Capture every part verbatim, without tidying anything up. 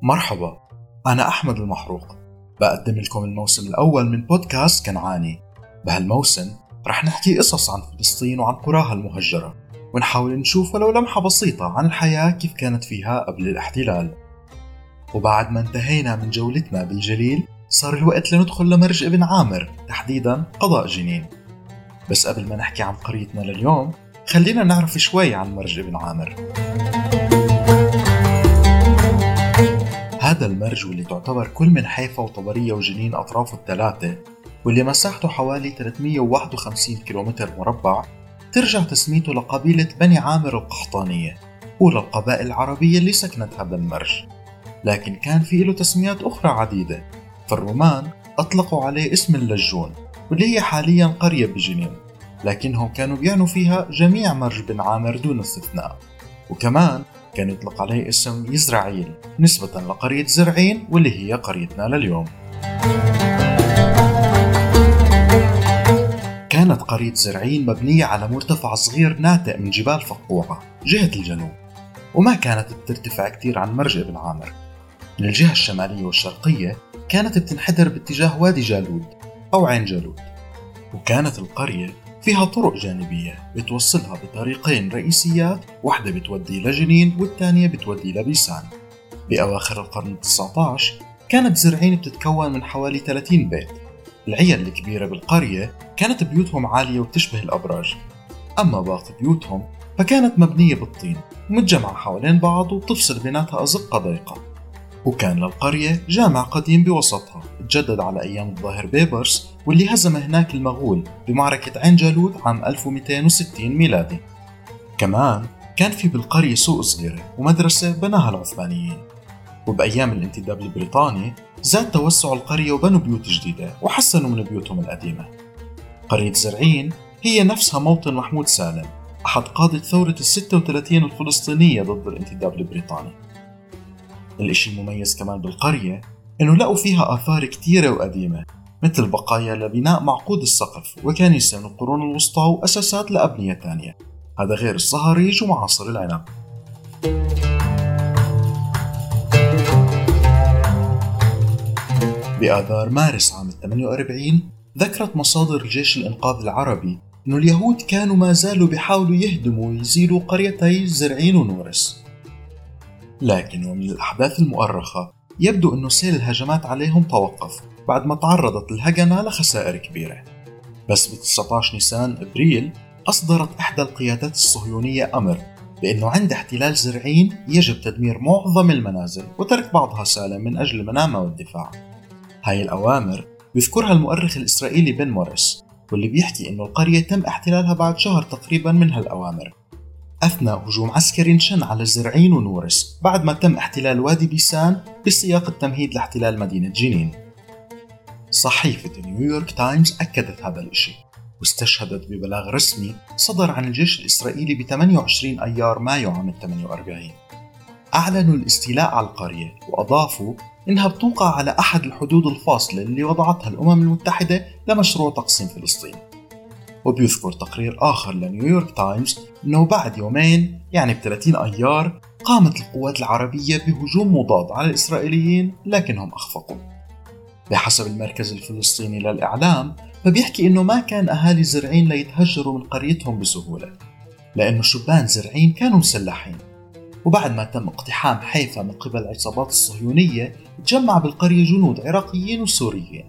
مرحبا، أنا أحمد المحروق. بقدم لكم الموسم الأول من بودكاست كنعاني. بهالموسم رح نحكي قصص عن فلسطين وعن قراها المهجرة، ونحاول نشوف ولو لمحة بسيطة عن الحياة كيف كانت فيها قبل الاحتلال. وبعد ما انتهينا من جولتنا بالجليل صار الوقت لندخل لمرج ابن عامر، تحديدا قضاء جنين. بس قبل ما نحكي عن قريتنا لليوم خلينا نعرف شوي عن مرج ابن عامر. هذا المرج واللي تعتبر كل من حيفا وطبرية وجنين أطرافه الثلاثة، واللي مساحته حوالي ثلاثمية وواحد وخمسين كيلومتر مربع، ترجع تسميته لقبيلة بني عامر القحطانية، أولى القبائل العربية اللي سكنت هذا المرج. لكن كان فيه له تسميات أخرى عديدة، فالرومان أطلقوا عليه اسم اللجون، واللي هي حاليا قرية بجنين، لكنهم كانوا بيعنوا فيها جميع مرج بن عامر دون استثناء. وكمان كان يطلق عليه اسم يزرعيل نسبة لقرية زرعين واللي هي قريتنا لليوم. كانت قرية زرعين مبنية على مرتفع صغير ناتئ من جبال فقوعة جهة الجنوب، وما كانت بترتفع كتير عن مرج ابن عامر. من الجهة الشمالية والشرقية كانت بتنحدر باتجاه وادي جالود أو عين جالود. وكانت القرية فيها طرق جانبية بتوصلها بطريقين رئيسيات، واحدة بتودي لجنين والثانية بتودي لبيسان. بأواخر القرن التاسع عشر كانت زرعين بتتكون من حوالي ثلاثين بيت. العيال الكبيرة بالقرية كانت بيوتهم عالية وتشبه الأبراج، أما باقي بيوتهم فكانت مبنية بالطين ومتجمعة حوالين بعض وتفصل بيناتها أزقة ضيقة. وكان للقرية جامع قديم بوسطها تجدد على أيام الظاهر بيبرس، واللي هزم هناك المغول بمعركة عين جالوت عام ألف ومئتين وستين ميلادي. كمان كان في بالقرية سوق صغيرة ومدرسة بناها العثمانيين. وبأيام الانتداب البريطاني زاد توسع القرية وبنوا بيوت جديدة وحسنوا من بيوتهم القديمة. قرية زرعين هي نفسها موطن محمود سالم، أحد قادة ثورة الستة وثلاثين الفلسطينية ضد الانتداب البريطاني. الاشي المميز كمان بالقرية إنه لقوا فيها آثار كتيرة وقديمة، مثل بقايا لبناء معقود السقف وكنيسة من القرون الوسطى وأساسات لأبنية تانية، هذا غير الصهاريج ومعاصر العنب. بآذار مارس عام ثمانية وأربعين ذكرت مصادر الجيش الإنقاذ العربي إنه اليهود كانوا ما زالوا بيحاولوا يهدموا ويزيلوا قريتي زرعين ونورس. لكن ومن الأحداث المؤرخة يبدو أنه سيل الهجمات عليهم توقف بعد ما تعرضت الهجنة لخسائر كبيرة. بس ب تسعة عشر نيسان أبريل أصدرت إحدى القيادات الصهيونية أمر بأنه عند احتلال زرعين يجب تدمير معظم المنازل وترك بعضها سالم من أجل المنامة والدفاع. هاي الأوامر بيذكرها المؤرخ الإسرائيلي بن موريس، واللي بيحكي أنه القرية تم احتلالها بعد شهر تقريبا من هالأوامر، أثناء هجوم عسكري شن على زرعين ونورس بعد ما تم احتلال وادي بيسان بسياق التمهيد لاحتلال مدينة جنين. صحيفة نيويورك تايمز أكدت هذا الإشي واستشهدت ببلاغ رسمي صدر عن الجيش الإسرائيلي ب ثمانية وعشرين أيار مايو عام ثمانية وأربعين. أعلنوا الاستيلاء على القرية وأضافوا إنها بتوقع على أحد الحدود الفاصلة اللي وضعتها الأمم المتحدة لمشروع تقسيم فلسطين. وبيذكر تقرير آخر لنيويورك تايمز أنه بعد يومين يعني بثلاثين أيار قامت القوات العربية بهجوم مضاد على الإسرائيليين لكنهم أخفقوا. بحسب المركز الفلسطيني للإعلام فبيحكي أنه ما كان أهالي زرعين ليتهجروا من قريتهم بسهولة، لأنه شبان زرعين كانوا مسلحين. وبعد ما تم اقتحام حيفا من قبل العصابات الصهيونية تجمع بالقرية جنود عراقيين وسوريين.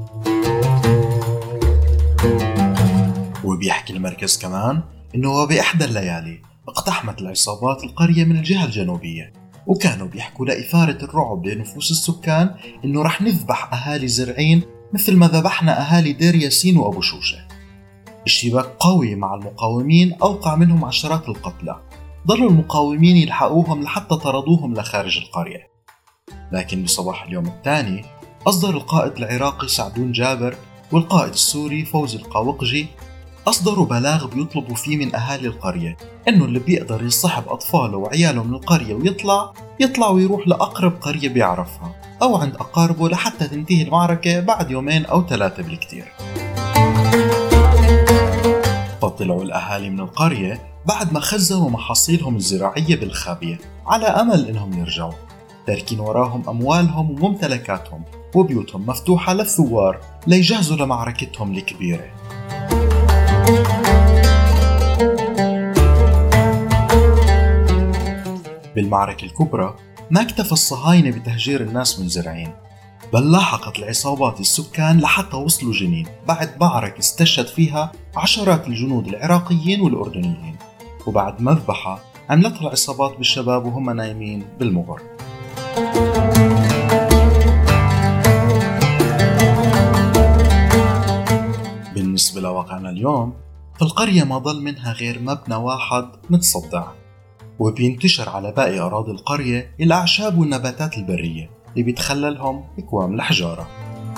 وبيحكي المركز كمان إنه بإحدى الليالي اقتحمت العصابات القرية من الجهة الجنوبية، وكانوا بيحكوا لإثارة الرعب لنفوس السكان إنه رح نذبح أهالي زرعين مثل ما ذبحنا أهالي دير ياسين وأبو شوشة. اشتباك قوي مع المقاومين أوقع منهم عشرات القتلى، ضلوا المقاومين يلحقوهم لحتى طردوهم لخارج القرية. لكن بصباح اليوم الثاني أصدر القائد العراقي سعدون جابر والقائد السوري فوزي القاوقجي أصدروا بلاغ بيطلبوا فيه من أهالي القرية إنه اللي بيقدر يصحب أطفاله وعياله من القرية ويطلع يطلع ويروح لأقرب قرية بيعرفها أو عند أقاربه لحتى تنتهي المعركة بعد يومين أو ثلاثة بالكتير. فطلعوا الأهالي من القرية بعد ما خزنوا محاصيلهم الزراعية بالخابية على أمل إنهم يرجعوا. تاركين وراهم أموالهم وممتلكاتهم وبيوتهم مفتوحة للثوار ليجهزوا لمعركتهم الكبيرة. بالمعركة الكبرى ما اكتفى الصهاينة بتهجير الناس من زرعين، بل لاحقت العصابات السكان لحتى وصلوا جنين بعد معركة استشهد فيها عشرات الجنود العراقيين والأردنيين، وبعد مذبحة عملتها العصابات بالشباب وهم نايمين بالمغر. بالنسبة لواقعنا اليوم، فالقرية ما ضل منها غير مبنى واحد متصدع، وبينتشر على باقي أراضي القرية الأعشاب والنباتات البرية اللي بيتخللهم أكوام الحجارة.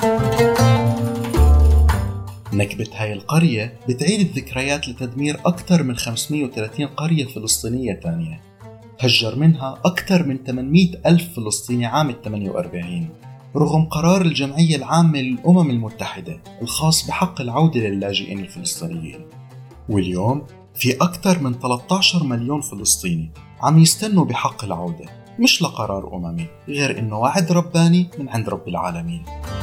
نكبة هاي القرية بتعيد الذكريات لتدمير أكثر من خمسمئة وثلاثين قرية فلسطينية تانية، هجر منها أكثر من ثمانمئة ألف فلسطيني عام ثمانية وأربعين رغم قرار الجمعية العامة للأمم المتحدة الخاص بحق العودة للاجئين الفلسطينيين. واليوم في أكثر من ثلاثة عشر مليون فلسطيني عم يستنوا بحق العودة، مش لقرار أممي غير إنه وعد رباني من عند رب العالمين.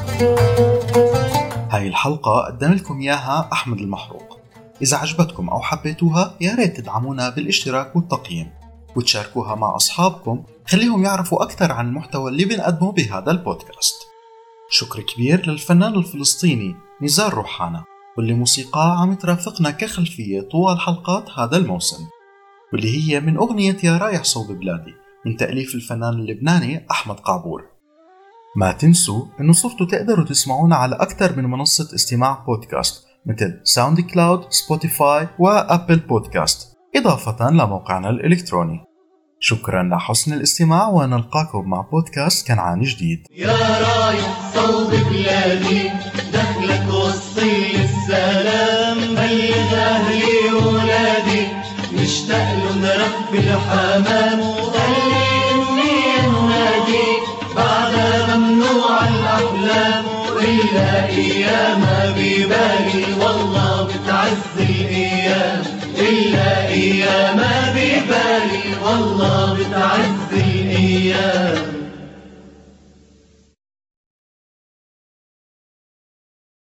هاي الحلقة قدم لكم إياها أحمد المحروق. إذا عجبتكم أو حبيتوها يا ريت تدعمونا بالاشتراك والتقييم وتشاركوها مع أصحابكم، خليهم يعرفوا أكثر عن المحتوى اللي بنقدمه بهذا البودكاست. شكر كبير للفنان الفلسطيني نزار روحانا، واللي موسيقاه عم ترافقنا كخلفية طوال حلقات هذا الموسم، واللي هي من أغنية يا رايح صوب بلادي من تأليف الفنان اللبناني أحمد قعبور. ما تنسوا إنه صرتوا تقدروا تسمعونا على أكثر من منصة استماع بودكاست مثل ساوند كلاود، سبوتيفاي وأبل بودكاست، إضافة لموقعنا الإلكتروني. شكرا لحسن الاستماع، ونلقاكم مع بودكاست كنعان جديد. يا رايح صوب بلادي دخلك وصي السلام، بلغ أهلي وولادي مشتاق لهم رب الحمام، وخلي إني أنادي بعدها ممنوع الأحلام، إلا أيامها ببالي والله بتعز الأيام، إلا أيامها ببالي والله بتعز الأيام.